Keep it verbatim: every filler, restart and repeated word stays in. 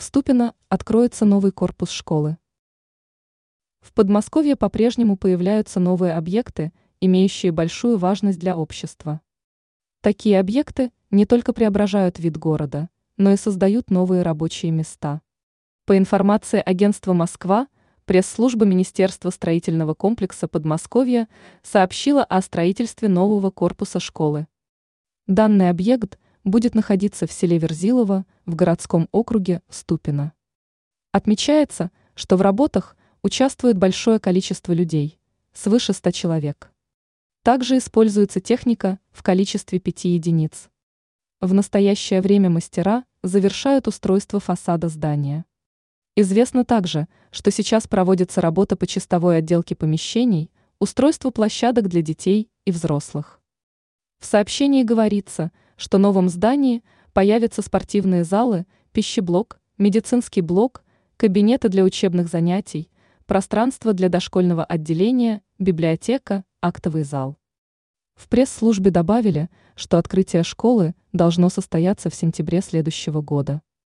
Ступино откроется новый корпус школы. В Подмосковье по-прежнему появляются новые объекты, имеющие большую важность для общества. Такие объекты не только преображают вид города, но и создают новые рабочие места. По информации агентства «Москва», пресс-служба Министерства строительного комплекса Подмосковья сообщила о строительстве нового корпуса школы. Данный объект будет находиться в селе Верзилово в городском округе Ступино. Отмечается, что в работах участвует большое количество людей, свыше ста человек. Также используется техника в количестве пяти единиц. В настоящее время мастера завершают устройство фасада здания. Известно также, что сейчас проводится работа по чистовой отделке помещений, устройству площадок для детей и взрослых. В сообщении говорится, что в новом здании появятся спортивные залы, пищеблок, медицинский блок, кабинеты для учебных занятий, пространство для дошкольного отделения, библиотека, актовый зал. В пресс-службе добавили, что открытие школы должно состояться в сентябре следующего года.